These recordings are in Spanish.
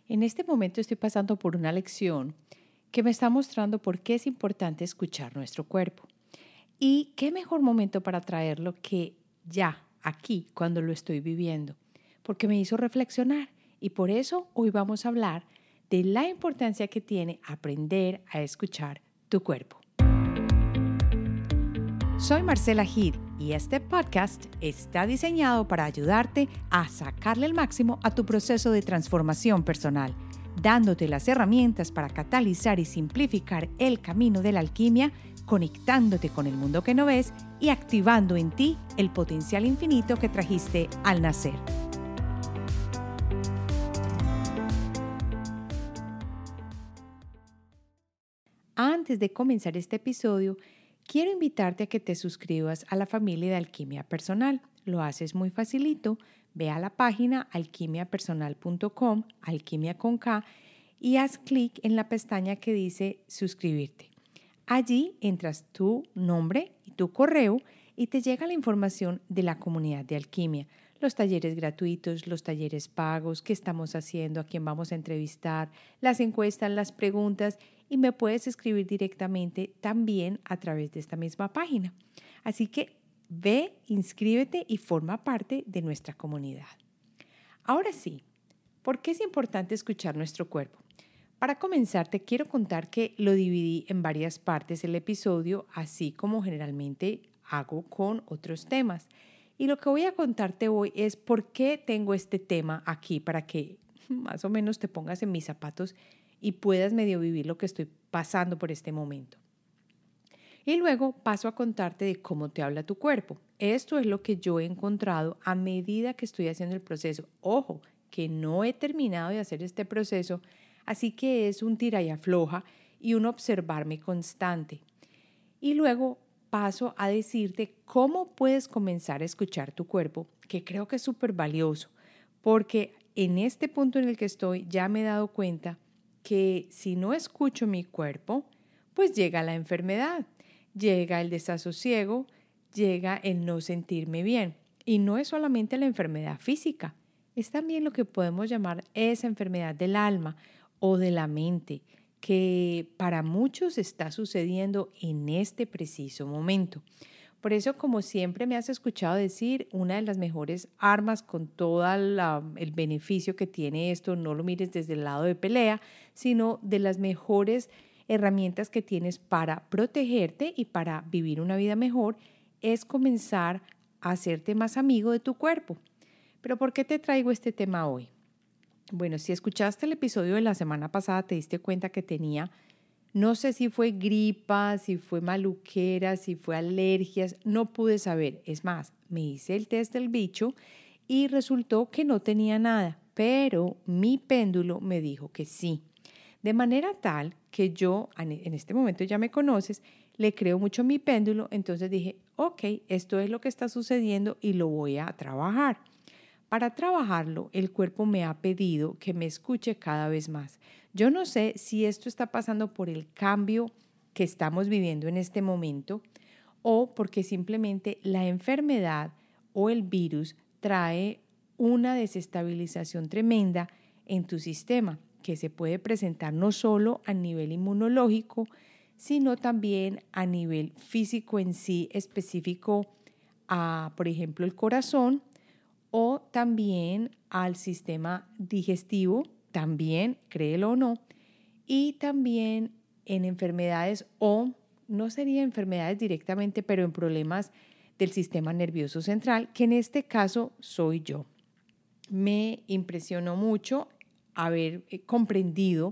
En este momento estoy pasando por una lección que me está mostrando por qué es importante escuchar nuestro cuerpo. Y qué mejor momento para traerlo que ya, aquí, cuando lo estoy viviendo, porque me hizo reflexionar y por eso hoy vamos a hablar de la importancia que tiene aprender a escuchar tu cuerpo. Soy Marcela Gid y este podcast está diseñado para ayudarte a sacarle el máximo a tu proceso de transformación personal, dándote las herramientas para catalizar y simplificar el camino de la alquimia, conectándote con el mundo que no ves y activando en ti el potencial infinito que trajiste al nacer. Antes de comenzar este episodio, quiero invitarte a que te suscribas a la familia de Alquimia Personal. Lo haces muy facilito. Ve a la página alquimiapersonal.com, alquimia con K, y haz clic en la pestaña que dice suscribirte. Allí entras tu nombre y tu correo y te llega la información de la comunidad de alquimia, los talleres gratuitos, los talleres pagos, qué estamos haciendo, a quién vamos a entrevistar, las encuestas, las preguntas, y me puedes escribir directamente también a través de esta misma página. Así que ve, inscríbete y forma parte de nuestra comunidad. Ahora sí, ¿por qué es importante escuchar nuestro cuerpo? Para comenzar, te quiero contar que lo dividí en varias partes el episodio, así como generalmente hago con otros temas. Y lo que voy a contarte hoy es por qué tengo este tema aquí, para que más o menos te pongas en mis zapatos y puedas medio vivir lo que estoy pasando por este momento. Y luego paso a contarte de cómo te habla tu cuerpo. Esto es lo que yo he encontrado a medida que estoy haciendo el proceso. Ojo, que no he terminado de hacer este proceso, así que es un tira y afloja y un observarme constante. Y luego paso a decirte cómo puedes comenzar a escuchar tu cuerpo, que creo que es súper valioso, porque en este punto en el que estoy ya me he dado cuenta que si no escucho mi cuerpo, pues llega la enfermedad, llega el desasosiego, llega el no sentirme bien. Y no es solamente la enfermedad física, es también lo que podemos llamar esa enfermedad del alma o de la mente, que para muchos está sucediendo en este preciso momento. Por eso, como siempre me has escuchado decir, una de las mejores armas con todo el beneficio que tiene esto, no lo mires desde el lado de pelea, sino de las mejores herramientas que tienes para protegerte y para vivir una vida mejor, es comenzar a hacerte más amigo de tu cuerpo. Pero ¿por qué te traigo este tema hoy? Bueno, si escuchaste el episodio de la semana pasada, te diste cuenta que tenía, no sé si fue gripa, si fue maluquera, si fue alergias, no pude saber. Es más, me hice el test del bicho y resultó que no tenía nada, pero mi péndulo me dijo que sí. De manera tal que yo, en este momento ya me conoces, le creo mucho a mi péndulo, entonces dije, ok, esto es lo que está sucediendo y lo voy a trabajar. Para trabajarlo, el cuerpo me ha pedido que me escuche cada vez más. Yo no sé si esto está pasando por el cambio que estamos viviendo en este momento o porque simplemente la enfermedad o el virus trae una desestabilización tremenda en tu sistema que se puede presentar no solo a nivel inmunológico, sino también a nivel físico en sí específico a, por ejemplo, el corazón, o también al sistema digestivo, también, créelo o no, y también en enfermedades o no sería enfermedades directamente, pero en problemas del sistema nervioso central, que en este caso soy yo. Me impresionó mucho haber comprendido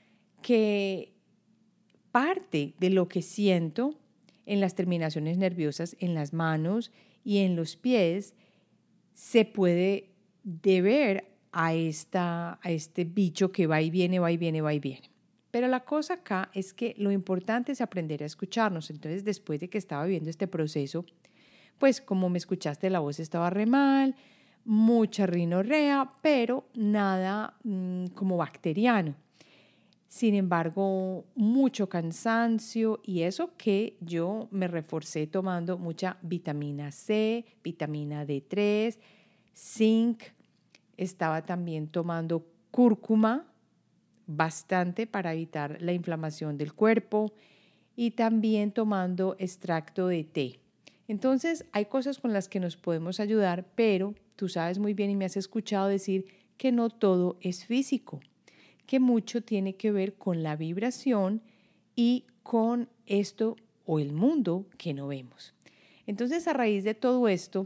que parte de lo que siento en las terminaciones nerviosas, en las manos y en los pies, se puede deber a este bicho que va y viene, va y viene, va y viene. Pero la cosa acá es que lo importante es aprender a escucharnos. Entonces, después de que estaba viviendo este proceso, pues como me escuchaste, la voz estaba re mal, mucha rinorrea, pero nada como bacteriano. Sin embargo, mucho cansancio y eso que yo me reforcé tomando mucha vitamina C, vitamina D3, zinc, estaba también tomando cúrcuma bastante para evitar la inflamación del cuerpo y también tomando extracto de té. Entonces, hay cosas con las que nos podemos ayudar, pero tú sabes muy bien y me has escuchado decir que no todo es físico, que mucho tiene que ver con la vibración y con esto o el mundo que no vemos. Entonces, a raíz de todo esto,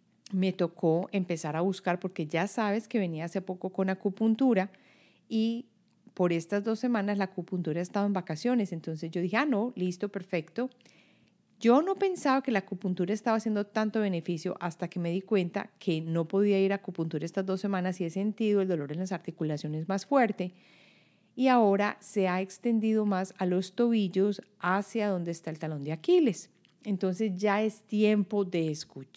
me tocó empezar a buscar, porque ya sabes que venía hace poco con acupuntura y por estas 2 semanas la acupuntura ha estado en vacaciones. Entonces yo dije, no, listo, perfecto. Yo no pensaba que la acupuntura estaba haciendo tanto beneficio hasta que me di cuenta que no podía ir a acupuntura estas 2 semanas y he sentido el dolor en las articulaciones más fuerte. Y ahora se ha extendido más a los tobillos hacia donde está el talón de Aquiles. Entonces ya es tiempo de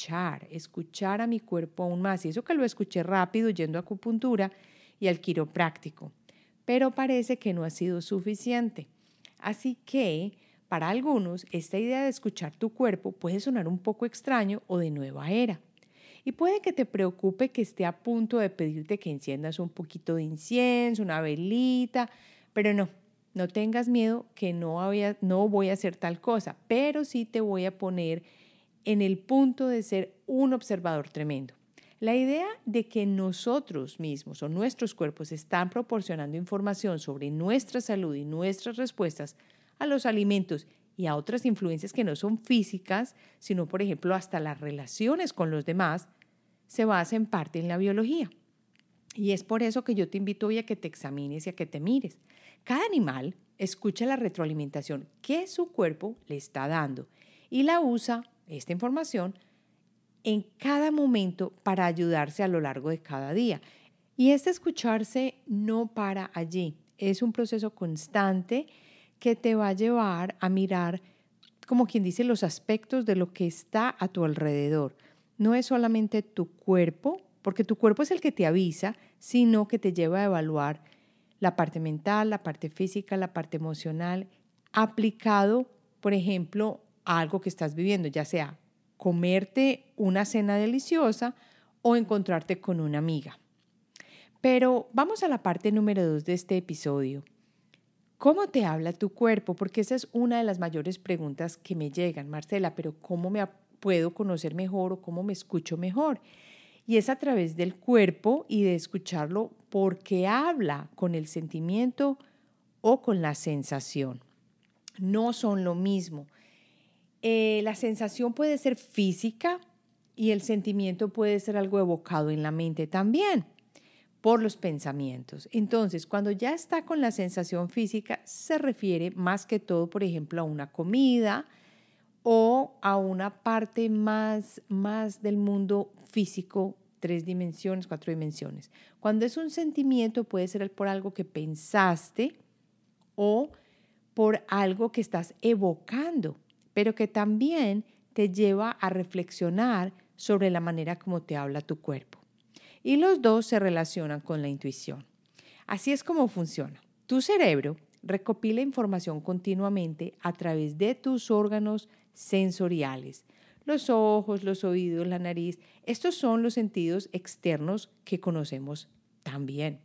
escuchar a mi cuerpo aún más. Y eso que lo escuché rápido yendo a acupuntura y al quiropráctico. Pero parece que no ha sido suficiente. Así que para algunos esta idea de escuchar tu cuerpo puede sonar un poco extraño o de nueva era. Y puede que te preocupe que esté a punto de pedirte que enciendas un poquito de incienso, una velita, pero no tengas miedo que no voy a hacer tal cosa, pero sí te voy a poner en el punto de ser un observador tremendo. La idea de que nosotros mismos o nuestros cuerpos están proporcionando información sobre nuestra salud y nuestras respuestas a los alimentos y a otras influencias que no son físicas, sino por ejemplo hasta las relaciones con los demás, se basa en parte en la biología. Y es por eso que yo te invito hoy a que te examines y a que te mires. Cada animal escucha la retroalimentación que su cuerpo le está dando y la usa, esta información, en cada momento para ayudarse a lo largo de cada día. Y este escucharse no para allí. Es un proceso constante que te va a llevar a mirar, como quien dice, los aspectos de lo que está a tu alrededor. No es solamente tu cuerpo, porque tu cuerpo es el que te avisa, sino que te lleva a evaluar la parte mental, la parte física, la parte emocional, aplicado, por ejemplo, a algo que estás viviendo, ya sea comerte una cena deliciosa o encontrarte con una amiga. Pero vamos a la parte número 2 de este episodio. ¿Cómo te habla tu cuerpo? Porque esa es una de las mayores preguntas que me llegan, Marcela, pero ¿cómo me puedo conocer mejor o cómo me escucho mejor? Y es a través del cuerpo y de escucharlo porque habla con el sentimiento o con la sensación. No son lo mismo. La sensación puede ser física y el sentimiento puede ser algo evocado en la mente también por los pensamientos. Entonces, cuando ya está con la sensación física, se refiere más que todo, por ejemplo, a una comida o a una parte más del mundo físico, 3 dimensiones, 4 dimensiones. Cuando es un sentimiento, puede ser por algo que pensaste o por algo que estás evocando, pero que también te lleva a reflexionar sobre la manera como te habla tu cuerpo. Y los dos se relacionan con la intuición. Así es como funciona. Tu cerebro recopila información continuamente a través de tus órganos sensoriales. Los ojos, los oídos, la nariz. Estos son los sentidos externos que conocemos también.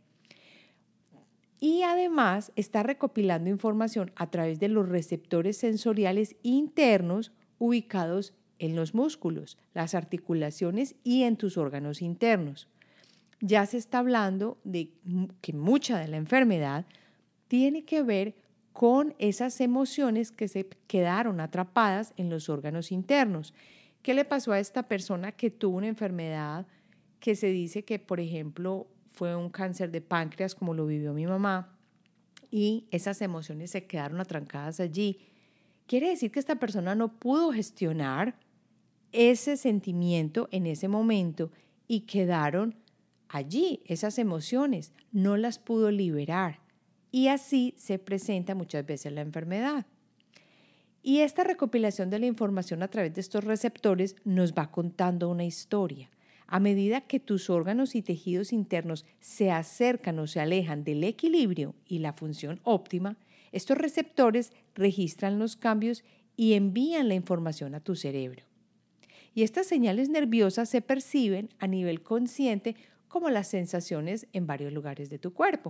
Y además está recopilando información a través de los receptores sensoriales internos ubicados en los músculos, las articulaciones y en tus órganos internos. Ya se está hablando de que mucha de la enfermedad tiene que ver con esas emociones que se quedaron atrapadas en los órganos internos. ¿Qué le pasó a esta persona que tuvo una enfermedad que se dice que, por ejemplo, fue un cáncer de páncreas, como lo vivió mi mamá, y esas emociones se quedaron atrancadas allí? Quiere decir que esta persona no pudo gestionar ese sentimiento en ese momento y quedaron allí esas emociones, no las pudo liberar. Y así se presenta muchas veces la enfermedad. Y esta recopilación de la información a través de estos receptores nos va contando una historia. A medida que tus órganos y tejidos internos se acercan o se alejan del equilibrio y la función óptima, estos receptores registran los cambios y envían la información a tu cerebro. Y estas señales nerviosas se perciben a nivel consciente como las sensaciones en varios lugares de tu cuerpo.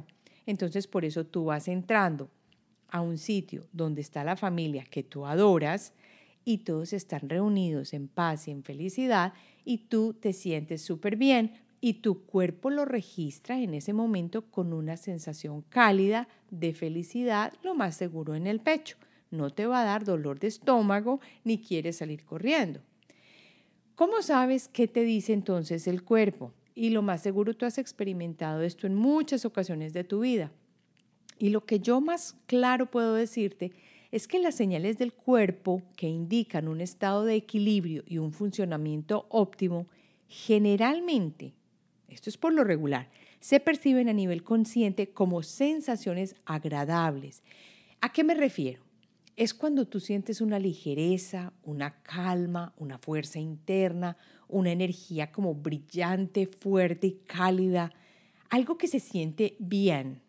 Entonces por eso tú vas entrando a un sitio donde está la familia que tú adoras y todos están reunidos en paz y en felicidad y tú te sientes súper bien y tu cuerpo lo registra en ese momento con una sensación cálida de felicidad, lo más seguro en el pecho. No te va a dar dolor de estómago ni quieres salir corriendo. ¿Cómo sabes qué te dice entonces el cuerpo? Y lo más seguro tú has experimentado esto en muchas ocasiones de tu vida. Y lo que yo más claro puedo decirte es que las señales del cuerpo que indican un estado de equilibrio y un funcionamiento óptimo, generalmente, esto es por lo regular, se perciben a nivel consciente como sensaciones agradables. ¿A qué me refiero? Es cuando tú sientes una ligereza, una calma, una fuerza interna, una energía como brillante, fuerte y cálida, algo que se siente bien.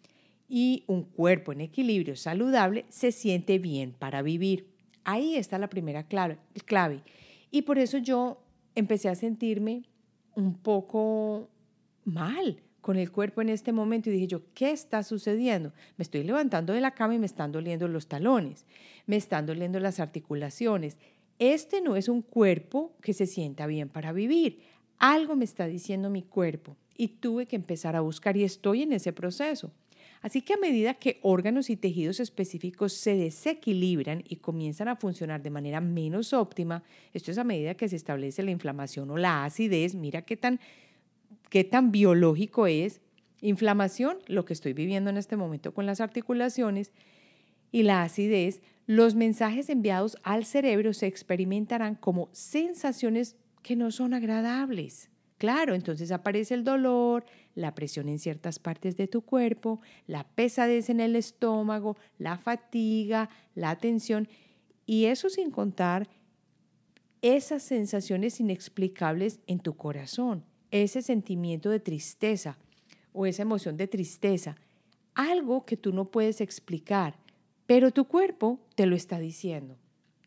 Y un cuerpo en equilibrio saludable se siente bien para vivir. Ahí está la primera clave. Y por eso yo empecé a sentirme un poco mal con el cuerpo en este momento y dije yo, ¿qué está sucediendo? Me estoy levantando de la cama y me están doliendo los talones, me están doliendo las articulaciones. Este no es un cuerpo que se sienta bien para vivir. Algo me está diciendo mi cuerpo y tuve que empezar a buscar y estoy en ese proceso. Así que a medida que órganos y tejidos específicos se desequilibran y comienzan a funcionar de manera menos óptima, esto es a medida que se establece la inflamación o la acidez, mira qué tan biológico es. Inflamación, lo que estoy viviendo en este momento con las articulaciones, y la acidez, los mensajes enviados al cerebro se experimentarán como sensaciones que no son agradables. Claro, entonces aparece el dolor, la presión en ciertas partes de tu cuerpo, la pesadez en el estómago, la fatiga, la tensión y eso sin contar esas sensaciones inexplicables en tu corazón, ese sentimiento de tristeza o esa emoción de tristeza, algo que tú no puedes explicar, pero tu cuerpo te lo está diciendo.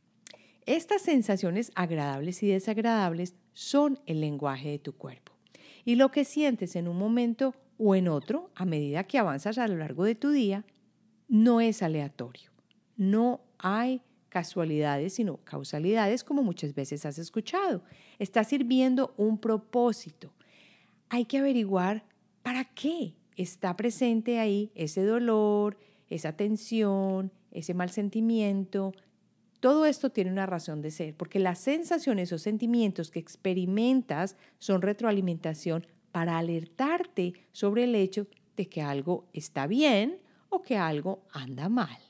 Estas sensaciones agradables y desagradables son el lenguaje de tu cuerpo. Y lo que sientes en un momento o en otro, a medida que avanzas a lo largo de tu día, no es aleatorio. No hay casualidades, sino causalidades, como muchas veces has escuchado. Está sirviendo un propósito. Hay que averiguar para qué está presente ahí ese dolor, esa tensión, ese mal sentimiento. Todo esto tiene una razón de ser, porque las sensaciones o sentimientos que experimentas son retroalimentación para alertarte sobre el hecho de que algo está bien o que algo anda mal.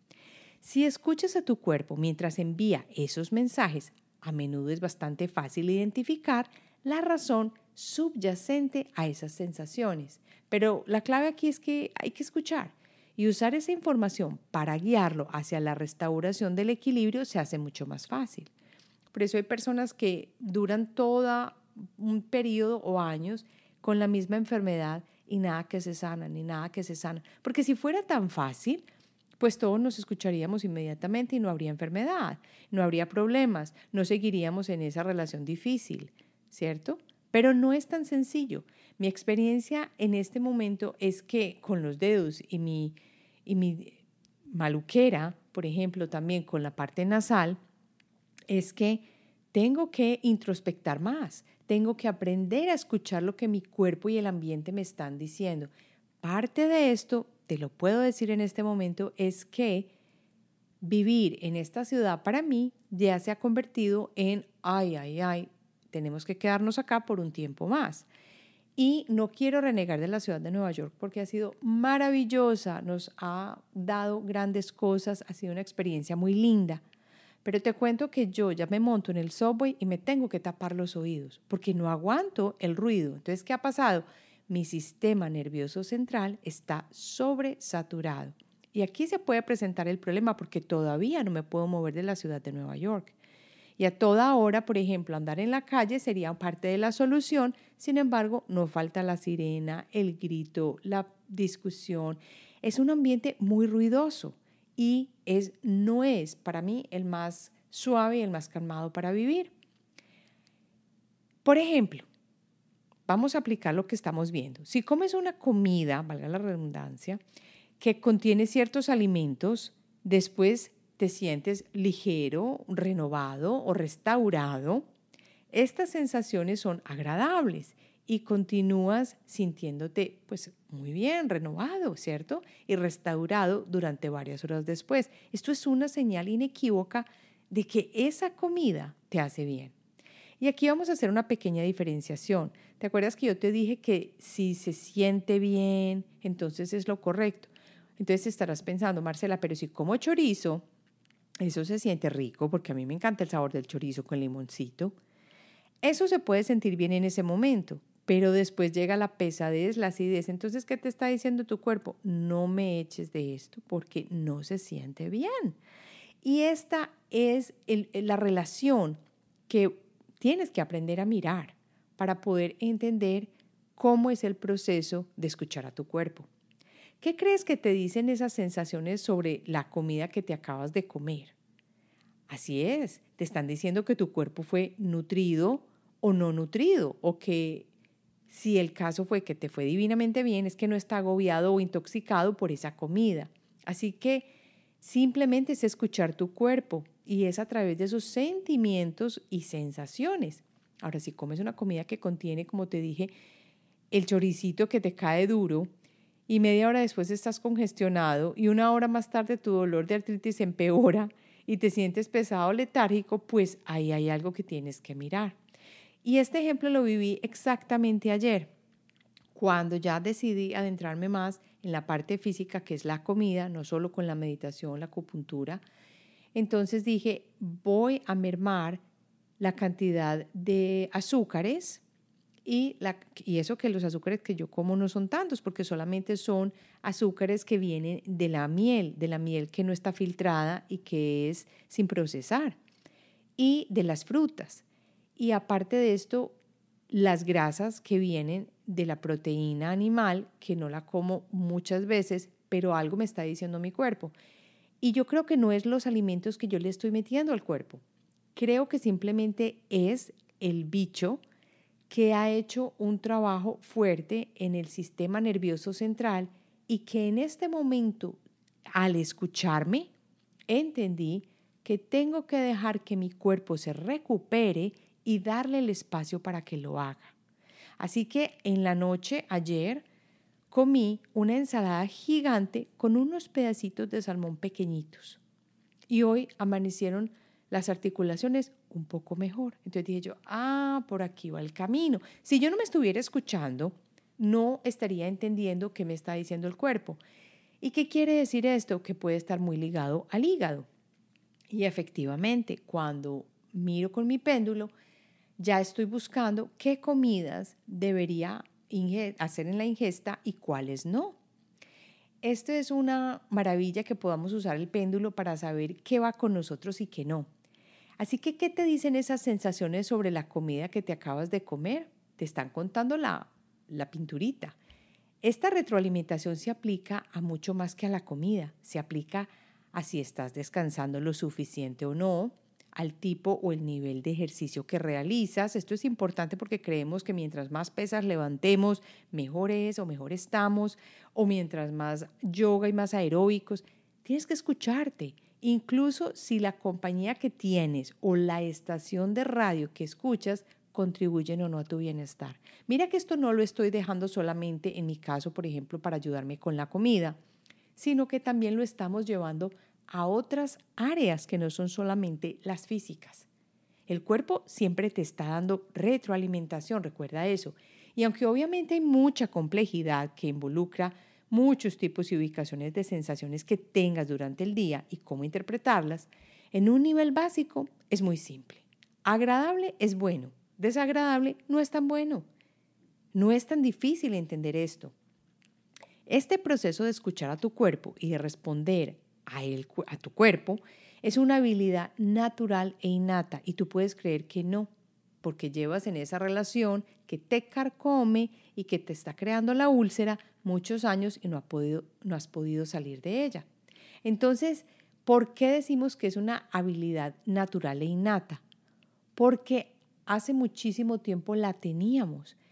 Si escuchas a tu cuerpo mientras envía esos mensajes, a menudo es bastante fácil identificar la razón subyacente a esas sensaciones. Pero la clave aquí es que hay que escuchar y usar esa información para guiarlo hacia la restauración del equilibrio se hace mucho más fácil. Por eso hay personas que duran todo un periodo o años con la misma enfermedad y nada que se sana, ni nada que se sana. Porque si fuera tan fácil, pues todos nos escucharíamos inmediatamente y no habría enfermedad, no habría problemas, no seguiríamos en esa relación difícil, ¿cierto? Pero no es tan sencillo. Mi experiencia en este momento es que con los dedos y mi maluquera, por ejemplo, también con la parte nasal, es que tengo que introspectar más, tengo que aprender a escuchar lo que mi cuerpo y el ambiente me están diciendo. Parte de esto, te lo puedo decir en este momento, es que vivir en esta ciudad para mí ya se ha convertido en, tenemos que quedarnos acá por un tiempo más. Y no quiero renegar de la ciudad de Nueva York porque ha sido maravillosa, nos ha dado grandes cosas, ha sido una experiencia muy linda. Pero te cuento que yo ya me monto en el subway y me tengo que tapar los oídos porque no aguanto el ruido. Entonces, ¿qué ha pasado? Mi sistema nervioso central está sobresaturado. Y aquí se puede presentar el problema porque todavía no me puedo mover de la ciudad de Nueva York. Y a toda hora, por ejemplo, andar en la calle sería parte de la solución. Sin embargo, no falta la sirena, el grito, la discusión. Es un ambiente muy ruidoso y no es para mí el más suave y el más calmado para vivir. Por ejemplo, vamos a aplicar lo que estamos viendo. Si comes una comida, valga la redundancia, que contiene ciertos alimentos, después te sientes ligero, renovado o restaurado, estas sensaciones son agradables y continúas sintiéndote pues muy bien, renovado, ¿cierto? Y restaurado durante varias horas después. Esto es una señal inequívoca de que esa comida te hace bien. Y aquí vamos a hacer una pequeña diferenciación. ¿Te acuerdas que yo te dije que si se siente bien, entonces es lo correcto? Entonces estarás pensando, Marcela, pero si como chorizo, eso se siente rico porque a mí me encanta el sabor del chorizo con limoncito. Eso se puede sentir bien en ese momento, pero después llega la pesadez, la acidez. Entonces, ¿qué te está diciendo tu cuerpo? No me eches de esto porque no se siente bien. Y esta es la relación que tienes que aprender a mirar para poder entender cómo es el proceso de escuchar a tu cuerpo. ¿Qué crees que te dicen esas sensaciones sobre la comida que te acabas de comer? Así es, te están diciendo que tu cuerpo fue nutrido o no nutrido, o que si el caso fue que te fue divinamente bien, es que no está agobiado o intoxicado por esa comida. Así que simplemente es escuchar tu cuerpo y es a través de esos sentimientos y sensaciones. Ahora, si comes una comida que contiene, como te dije, el choricito que te cae duro y media hora después estás congestionado y una hora más tarde tu dolor de artritis empeora y te sientes pesado o letárgico, pues ahí hay algo que tienes que mirar. Y este ejemplo lo viví exactamente ayer, cuando ya decidí adentrarme más en la parte física, que es la comida, no solo con la meditación, la acupuntura. Entonces dije, voy a mermar la cantidad de azúcares y eso que los azúcares que yo como no son tantos, porque solamente son azúcares que vienen de la miel que no está filtrada y que es sin procesar, y de las frutas. Y aparte de esto, las grasas que vienen de la proteína animal, que no la como muchas veces, pero algo me está diciendo mi cuerpo. Y yo creo que no es los alimentos que yo le estoy metiendo al cuerpo. Creo que simplemente es el bicho que ha hecho un trabajo fuerte en el sistema nervioso central y que en este momento, al escucharme, entendí que tengo que dejar que mi cuerpo se recupere y darle el espacio para que lo haga. Así que en la noche, ayer, comí una ensalada gigante con unos pedacitos de salmón pequeñitos. Y hoy amanecieron las articulaciones un poco mejor. Entonces dije yo, por aquí va el camino. Si yo no me estuviera escuchando, no estaría entendiendo qué me está diciendo el cuerpo. ¿Y qué quiere decir esto? Que puede estar muy ligado al hígado. Y efectivamente, cuando miro con mi péndulo, ya estoy buscando qué comidas debería hacer en la ingesta y cuáles no. Esto es una maravilla que podamos usar el péndulo para saber qué va con nosotros y qué no. Así que, ¿qué te dicen esas sensaciones sobre la comida que te acabas de comer? Te están contando la pinturita. Esta retroalimentación se aplica a mucho más que a la comida. Se aplica a si estás descansando lo suficiente o no, al tipo o el nivel de ejercicio que realizas. Esto es importante porque creemos que mientras más pesas levantemos, mejor es o mejor estamos, o mientras más yoga y más aeróbicos. Tienes que escucharte. Incluso si la compañía que tienes o la estación de radio que escuchas contribuyen o no a tu bienestar. Mira que esto no lo estoy dejando solamente en mi caso, por ejemplo, para ayudarme con la comida, sino que también lo estamos llevando a otras áreas que no son solamente las físicas. El cuerpo siempre te está dando retroalimentación, recuerda eso. Y aunque obviamente hay mucha complejidad que involucra muchos tipos y ubicaciones de sensaciones que tengas durante el día y cómo interpretarlas, en un nivel básico es muy simple. Agradable es bueno, desagradable no es tan bueno. No es tan difícil entender esto. Este proceso de escuchar a tu cuerpo y de responder a tu cuerpo es una habilidad natural e innata y tú puedes creer que no, porque llevas en esa relación que te carcome y que te está creando la úlcera muchos años y no has podido salir de ella. Entonces, ¿por qué decimos que es una habilidad natural e innata? Porque hace muchísimo tiempo la teníamos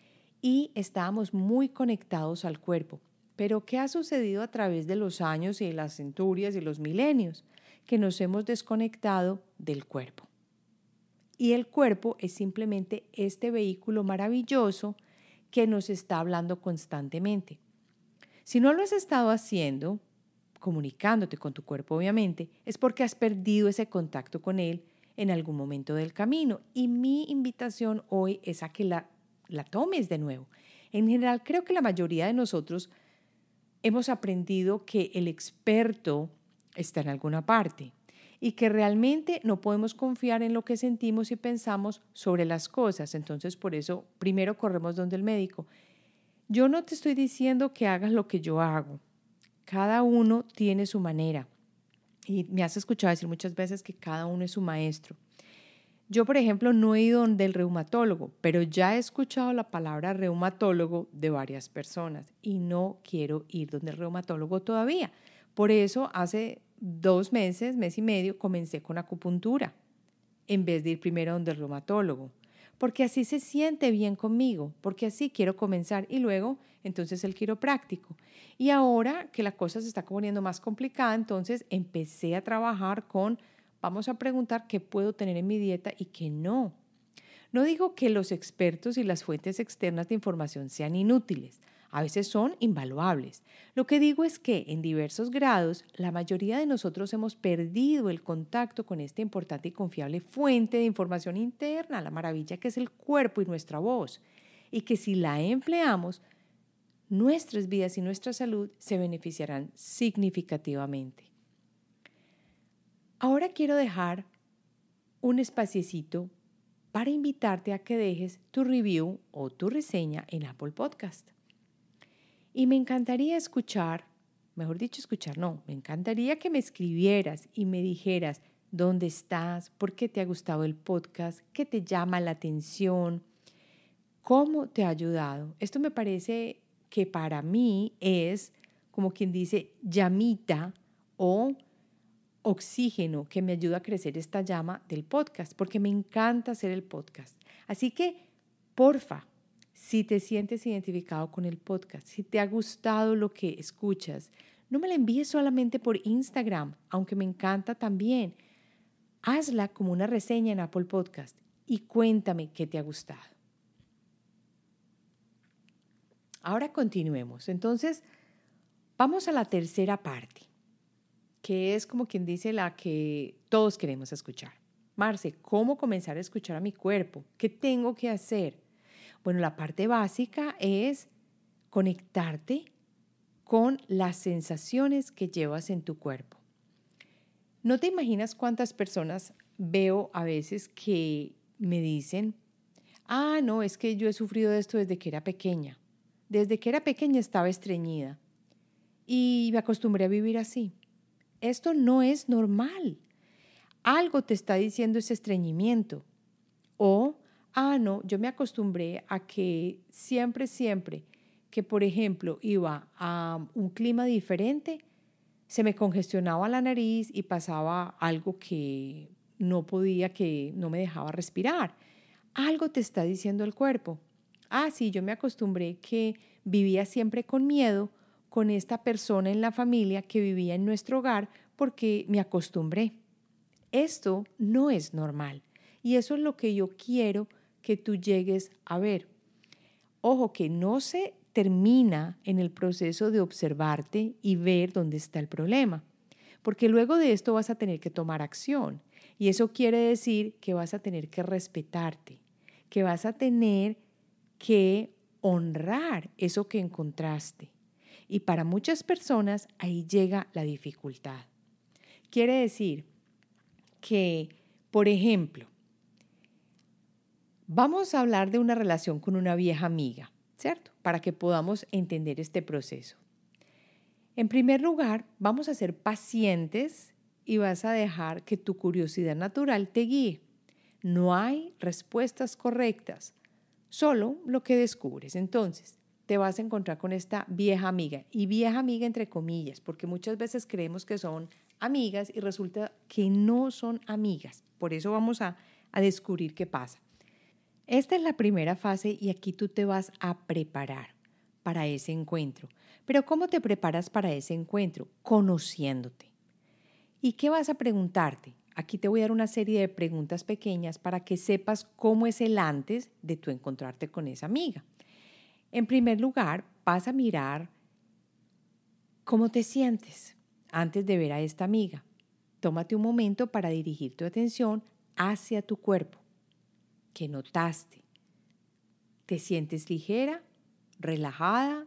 y estábamos muy conectados al cuerpo. Pero ¿qué ha sucedido a través de los años y de las centurias y los milenios? Que nos hemos desconectado del cuerpo. Y el cuerpo es simplemente este vehículo maravilloso que nos está hablando constantemente. Si no lo has estado haciendo, comunicándote con tu cuerpo obviamente, es porque has perdido ese contacto con él en algún momento del camino. Y mi invitación hoy es a que la tomes de nuevo. En general, creo que la mayoría de nosotros hemos aprendido que el experto está en alguna parte y que realmente no podemos confiar en lo que sentimos y pensamos sobre las cosas. Entonces, por eso, primero corremos donde el médico. Yo no te estoy diciendo que hagas lo que yo hago. Cada uno tiene su manera. Y me has escuchado decir muchas veces que cada uno es su maestro. Yo, por ejemplo, no he ido donde el reumatólogo, pero ya he escuchado la palabra reumatólogo de varias personas y no quiero ir donde el reumatólogo todavía. Por eso, hace 2 meses, mes y medio, comencé con acupuntura en vez de ir primero donde el reumatólogo, porque así se siente bien conmigo, porque así quiero comenzar y luego entonces el quiropráctico. Y ahora que la cosa se está poniendo más complicada, entonces empecé a trabajar con, vamos a preguntar qué puedo tener en mi dieta y qué no. No digo que los expertos y las fuentes externas de información sean inútiles. A veces son invaluables. Lo que digo es que en diversos grados la mayoría de nosotros hemos perdido el contacto con esta importante y confiable fuente de información interna, la maravilla que es el cuerpo y nuestra voz, y que si la empleamos, nuestras vidas y nuestra salud se beneficiarán significativamente. Ahora quiero dejar un espaciecito para invitarte a que dejes tu review o tu reseña en Apple Podcast. Y me encantaría escuchar, mejor dicho escuchar, no, me encantaría que me escribieras y me dijeras dónde estás, por qué te ha gustado el podcast, qué te llama la atención, cómo te ha ayudado. Esto me parece que para mí es como quien dice llamita o oxígeno que me ayuda a crecer esta llama del podcast, porque me encanta hacer el podcast. Así que, porfa, si te sientes identificado con el podcast, si te ha gustado lo que escuchas, no me la envíes solamente por Instagram, aunque me encanta también. Hazla como una reseña en Apple Podcast y cuéntame qué te ha gustado. Ahora continuemos. Entonces, vamos a la tercera parte, que es como quien dice la que todos queremos escuchar. Marce, ¿cómo comenzar a escuchar a mi cuerpo? ¿Qué tengo que hacer? Bueno, la parte básica es conectarte con las sensaciones que llevas en tu cuerpo. No te imaginas cuántas personas veo a veces que me dicen, no, es que yo he sufrido de esto desde que era pequeña. Desde que era pequeña estaba estreñida y me acostumbré a vivir así. Esto no es normal. Algo te está diciendo ese estreñimiento. O, no, yo me acostumbré a que siempre, que por ejemplo iba a un clima diferente, se me congestionaba la nariz y pasaba algo que no podía, que no me dejaba respirar. Algo te está diciendo el cuerpo. Sí, yo me acostumbré que vivía siempre con miedo con esta persona en la familia que vivía en nuestro hogar porque me acostumbré. Esto no es normal y eso es lo que yo quiero que tú llegues a ver. Ojo, que no se termina en el proceso de observarte y ver dónde está el problema, porque luego de esto vas a tener que tomar acción y eso quiere decir que vas a tener que respetarte, que vas a tener que honrar eso que encontraste. Y para muchas personas ahí llega la dificultad. Quiere decir que, por ejemplo, vamos a hablar de una relación con una vieja amiga, ¿cierto? Para que podamos entender este proceso. En primer lugar, vamos a ser pacientes y vas a dejar que tu curiosidad natural te guíe. No hay respuestas correctas, solo lo que descubres. Entonces, te vas a encontrar con esta vieja amiga, y vieja amiga entre comillas, porque muchas veces creemos que son amigas y resulta que no son amigas. Por eso vamos a descubrir qué pasa. Esta es la primera fase y aquí tú te vas a preparar para ese encuentro. Pero ¿cómo te preparas para ese encuentro? Conociéndote. ¿Y qué vas a preguntarte? Aquí te voy a dar una serie de preguntas pequeñas para que sepas cómo es el antes de tú encontrarte con esa amiga. En primer lugar, vas a mirar cómo te sientes antes de ver a esta amiga. Tómate un momento para dirigir tu atención hacia tu cuerpo. ¿Qué notaste? ¿Te sientes ligera, relajada?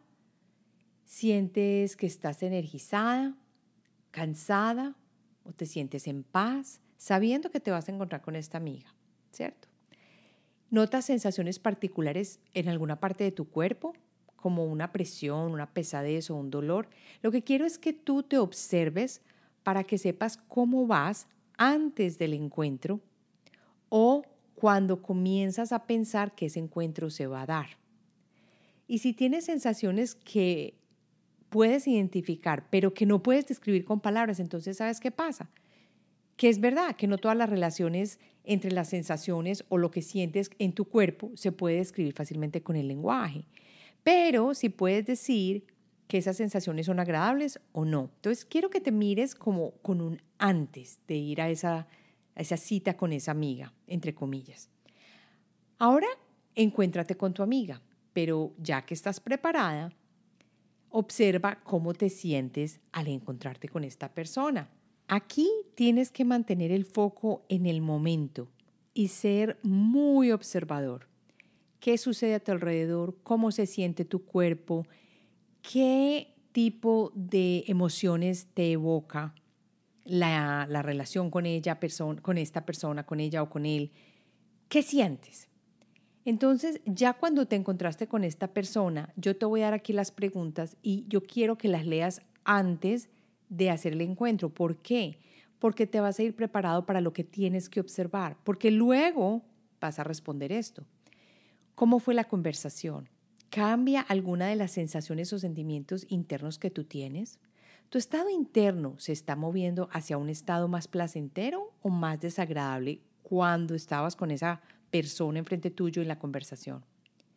¿Sientes que estás energizada, cansada o te sientes en paz, sabiendo que te vas a encontrar con esta amiga, ¿cierto? ¿Notas sensaciones particulares en alguna parte de tu cuerpo, como una presión, una pesadez o un dolor? Lo que quiero es que tú te observes para que sepas cómo vas antes del encuentro o cuando comienzas a pensar que ese encuentro se va a dar. Y si tienes sensaciones que puedes identificar, pero que no puedes describir con palabras, entonces ¿sabes qué pasa? Que es verdad que no todas las relaciones entre las sensaciones o lo que sientes en tu cuerpo se puede describir fácilmente con el lenguaje, pero sí puedes decir que esas sensaciones son agradables o no. Entonces quiero que te mires como con un antes de ir a esa cita con esa amiga, entre comillas. Ahora encuéntrate con tu amiga, pero ya que estás preparada, observa cómo te sientes al encontrarte con esta persona. Aquí tienes que mantener el foco en el momento y ser muy observador. ¿Qué sucede a tu alrededor? ¿Cómo se siente tu cuerpo? ¿Qué tipo de emociones te evoca la relación con ella, con esta persona, con ella o con él? ¿Qué sientes? Entonces, ya cuando te encontraste con esta persona, yo te voy a dar aquí las preguntas y yo quiero que las leas antes de hacer el encuentro. ¿Por qué? Porque te vas a ir preparado para lo que tienes que observar, porque luego vas a responder esto. ¿Cómo fue la conversación? ¿Cambia alguna de las sensaciones o sentimientos internos que tú tienes? ¿Tu estado interno se está moviendo hacia un estado más placentero o más desagradable cuando estabas con esa persona enfrente tuyo en la conversación?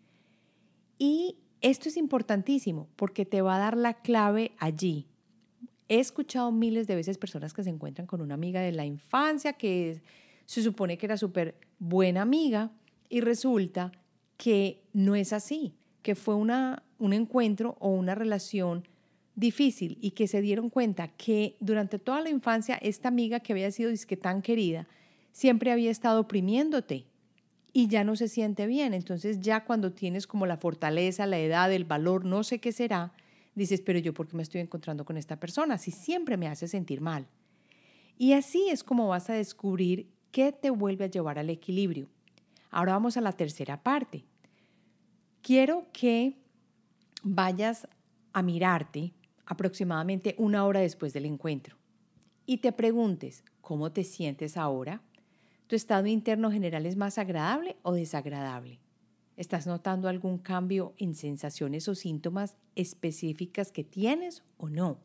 Y esto es importantísimo porque te va a dar la clave allí. He escuchado miles de veces personas que se encuentran con una amiga de la infancia que se supone que era súper buena amiga y resulta que no es así, que fue un encuentro o una relación difícil y que se dieron cuenta que durante toda la infancia esta amiga que había sido disque tan querida siempre había estado oprimiéndote y ya no se siente bien. Entonces ya cuando tienes como la fortaleza, la edad, el valor, no sé qué será, dices, pero yo ¿por qué me estoy encontrando con esta persona si siempre me hace sentir mal? Y así es como vas a descubrir qué te vuelve a llevar al equilibrio. Ahora vamos a la tercera parte. Quiero que vayas a mirarte aproximadamente 1 hora después del encuentro y te preguntes, ¿cómo te sientes ahora? ¿Tu estado interno general es más agradable o desagradable? ¿Estás notando algún cambio en sensaciones o síntomas específicas que tienes o no?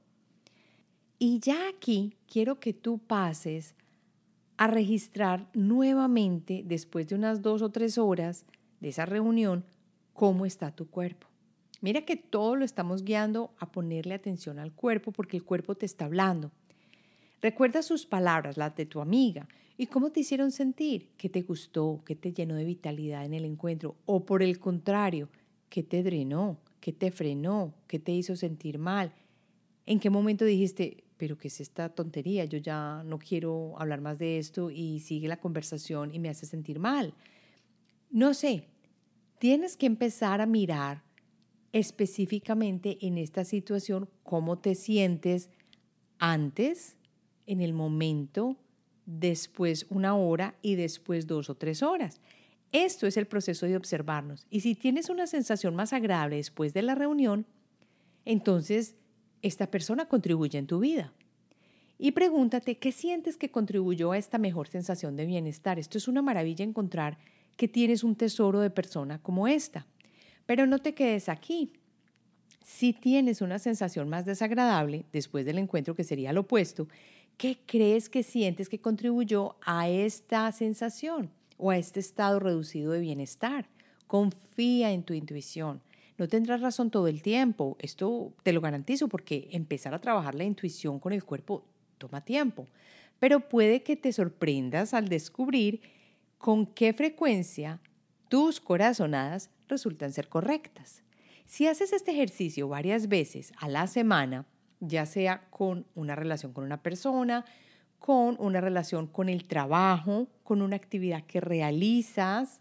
Y ya aquí quiero que tú pases a registrar nuevamente, después de unas 2 o 3 horas de esa reunión, cómo está tu cuerpo. Mira que todo lo estamos guiando a ponerle atención al cuerpo porque el cuerpo te está hablando. Recuerda sus palabras, las de tu amiga, y cómo te hicieron sentir, qué te gustó, qué te llenó de vitalidad en el encuentro, o por el contrario, qué te drenó, qué te frenó, qué te hizo sentir mal. ¿En qué momento dijiste, pero qué es esta tontería, yo ya no quiero hablar más de esto y sigue la conversación y me hace sentir mal? No sé, tienes que empezar a mirar específicamente en esta situación cómo te sientes antes, en el momento, después 1 hora y después 2 o 3 horas. Esto es el proceso de observarnos. Y si tienes una sensación más agradable después de la reunión, entonces esta persona contribuye en tu vida. Y pregúntate, ¿qué sientes que contribuyó a esta mejor sensación de bienestar? Esto es una maravilla encontrar que tienes un tesoro de persona como esta. Pero no te quedes aquí. Si tienes una sensación más desagradable después del encuentro, que sería lo opuesto, ¿qué crees que sientes que contribuyó a esta sensación? o a este estado reducido de bienestar. Confía en tu intuición. No tendrás razón todo el tiempo, esto te lo garantizo, porque empezar a trabajar la intuición con el cuerpo toma tiempo, pero puede que te sorprendas al descubrir con qué frecuencia tus corazonadas resultan ser correctas. Si haces este ejercicio varias veces a la semana, ya sea con una relación con una persona, con una relación con el trabajo, con una actividad que realizas,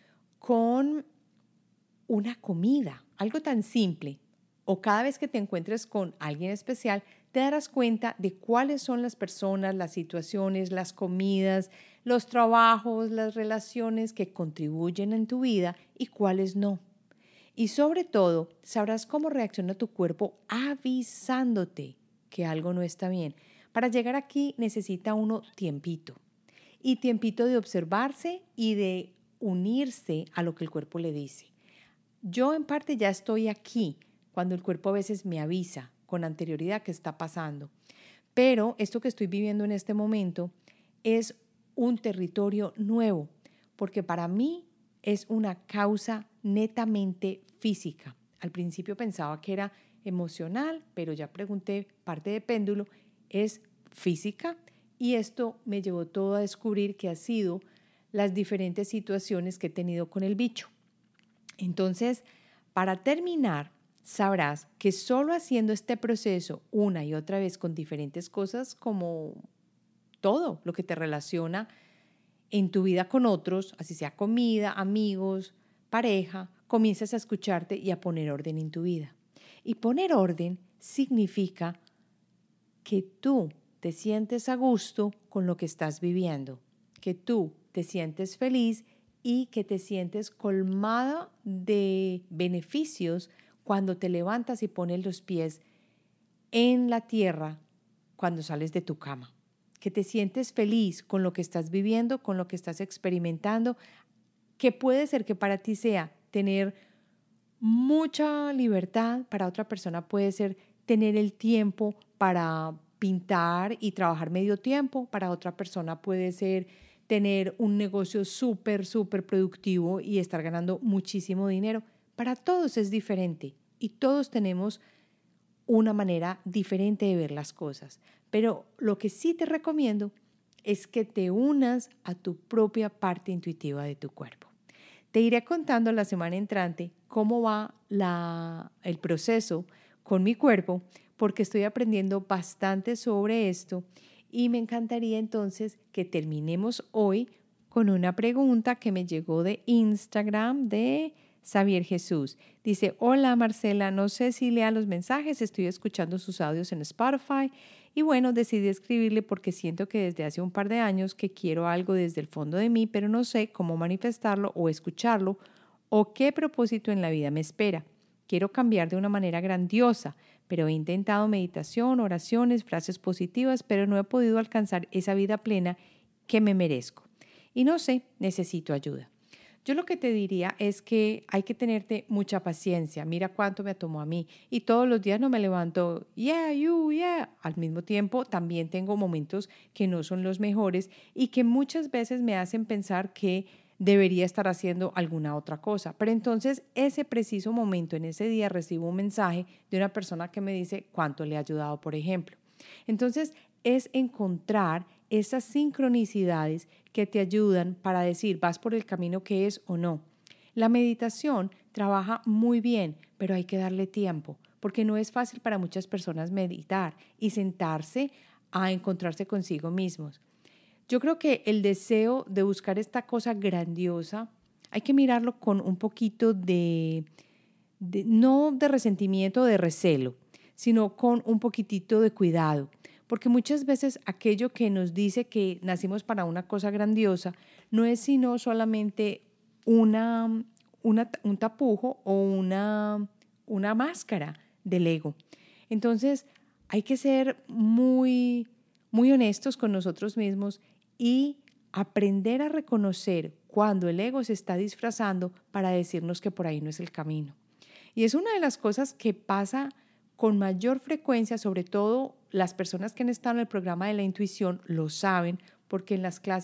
con una comida, algo tan simple, o cada vez que te encuentres con alguien especial, te darás cuenta de cuáles son las personas, las situaciones, las comidas, los trabajos, las relaciones que contribuyen en tu vida y cuáles no. Y sobre todo, sabrás cómo reacciona tu cuerpo avisándote que algo no está bien. Para llegar aquí necesita uno tiempito, y tiempito de observarse y de unirse a lo que el cuerpo le dice. Yo en parte ya estoy aquí cuando el cuerpo a veces me avisa con anterioridad qué está pasando, pero esto que estoy viviendo en este momento es un territorio nuevo, porque para mí es una causa netamente física. Al principio pensaba que era emocional, pero ya pregunté, parte de péndulo es física, y esto me llevó todo a descubrir que ha sido las diferentes situaciones que he tenido con el bicho. Entonces, para terminar, sabrás que solo haciendo este proceso una y otra vez con diferentes cosas, como todo lo que te relaciona en tu vida con otros, así sea comida, amigos, pareja, comienzas a escucharte y a poner orden en tu vida. Y poner orden significa que tú te sientes a gusto con lo que estás viviendo, que tú te sientes feliz y que te sientes colmada de beneficios cuando te levantas y pones los pies en la tierra cuando sales de tu cama, que te sientes feliz con lo que estás viviendo, con lo que estás experimentando, que puede ser que para ti sea tener mucha libertad, para otra persona puede ser tener el tiempo para pintar y trabajar medio tiempo, para otra persona puede ser tener un negocio súper productivo y estar ganando muchísimo dinero. Para todos es diferente y todos tenemos una manera diferente de ver las cosas. Pero lo que sí te recomiendo es que te unas a tu propia parte intuitiva de tu cuerpo. Te iré contando la semana entrante cómo va el proceso con mi cuerpo, porque estoy aprendiendo bastante sobre esto y me encantaría entonces que terminemos hoy con una pregunta que me llegó de Instagram de Xavier Jesús. Dice: hola Marcela, no sé si lea los mensajes, estoy escuchando sus audios en Spotify y bueno, decidí escribirle porque siento que desde hace un par de años que quiero algo desde el fondo de mí, pero no sé cómo manifestarlo o escucharlo o qué propósito en la vida me espera. Quiero cambiar de una manera grandiosa, pero he intentado meditación, oraciones, frases positivas, pero no he podido alcanzar esa vida plena que me merezco. Y no sé, necesito ayuda. Yo lo que te diría es que hay que tenerte mucha paciencia. Mira cuánto me tomó a mí. Y todos los días no me levanto, yeah, you, yeah. Al mismo tiempo, también tengo momentos que no son los mejores y que muchas veces me hacen pensar que debería estar haciendo alguna otra cosa. Pero entonces, ese preciso momento, en ese día, recibo un mensaje de una persona que me dice cuánto le ha ayudado, por ejemplo. Entonces, es encontrar esas sincronicidades que te ayudan para decir, vas por el camino que es o no. La meditación trabaja muy bien, pero hay que darle tiempo, porque no es fácil para muchas personas meditar y sentarse a encontrarse consigo mismos. Yo creo que el deseo de buscar esta cosa grandiosa hay que mirarlo con un poquito no de resentimiento o de recelo, sino con un poquitito de cuidado. Porque muchas veces aquello que nos dice que nacimos para una cosa grandiosa no es sino solamente un tapujo o una máscara del ego. Entonces hay que ser muy honestos con nosotros mismos y aprender a reconocer cuando el ego se está disfrazando para decirnos que por ahí no es el camino. Y es una de las cosas que pasa con mayor frecuencia, sobre todo las personas que han estado en el programa de la intuición lo saben, porque en las clases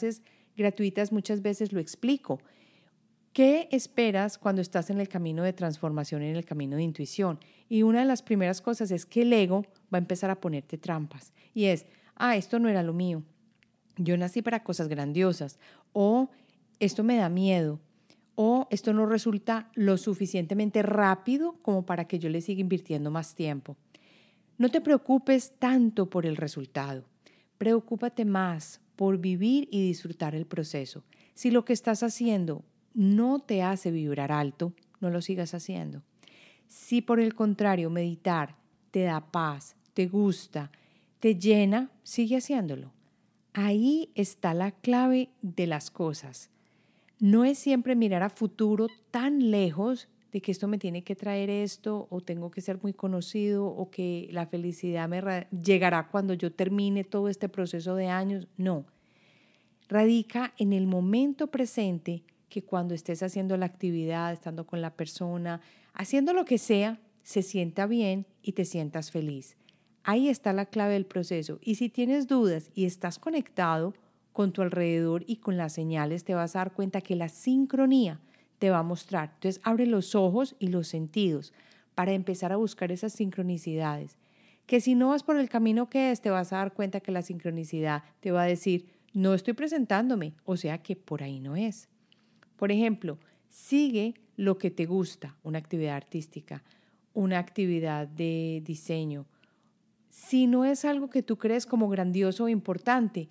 gratuitas muchas veces lo explico. ¿Qué esperas cuando estás en el camino de transformación, en el camino de intuición? Y una de las primeras cosas es que el ego va a empezar a ponerte trampas. Y es, esto no era lo mío. Yo nací para cosas grandiosas. O esto me da miedo. O esto no resulta lo suficientemente rápido como para que yo le siga invirtiendo más tiempo. No te preocupes tanto por el resultado. Preocúpate más por vivir y disfrutar el proceso. Si lo que estás haciendo no te hace vibrar alto, no lo sigas haciendo. Si por el contrario meditar te da paz, te gusta, te llena, sigue haciéndolo. Ahí está la clave de las cosas. No es siempre mirar a futuro tan lejos de que esto me tiene que traer esto o tengo que ser muy conocido o que la felicidad me llegará cuando yo termine todo este proceso de años. No. Radica en el momento presente, que cuando estés haciendo la actividad, estando con la persona, haciendo lo que sea, se sienta bien y te sientas feliz. Ahí está la clave del proceso. Y si tienes dudas y estás conectado con tu alrededor y con las señales, te vas a dar cuenta que la sincronía te va a mostrar. Entonces abre los ojos y los sentidos para empezar a buscar esas sincronicidades. Que si no vas por el camino que es, te vas a dar cuenta que la sincronicidad te va a decir, no estoy presentándome, o sea que por ahí no es. Por ejemplo, sigue lo que te gusta, una actividad artística, una actividad de diseño. Si no es algo que tú crees como grandioso o importante,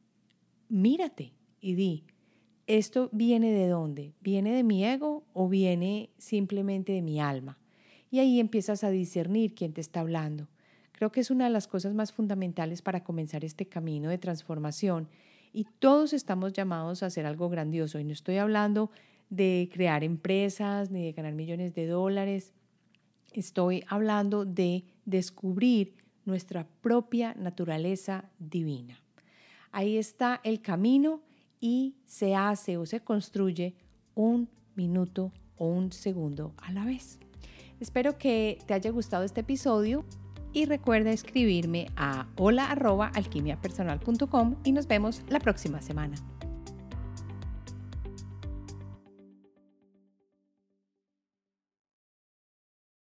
mírate y di, ¿esto viene de dónde? ¿Viene de mi ego o viene simplemente de mi alma? Y ahí empiezas a discernir quién te está hablando. Creo que es una de las cosas más fundamentales para comenzar este camino de transformación. Y todos estamos llamados a hacer algo grandioso. Y no estoy hablando de crear empresas ni de ganar millones de dólares. Estoy hablando de descubrir nuestra propia naturaleza divina. Ahí está el camino y se hace o se construye un minuto o un segundo a la vez. Espero que te haya gustado este episodio. Y recuerda escribirme a hola@alquimiapersonal.com y nos vemos la próxima semana.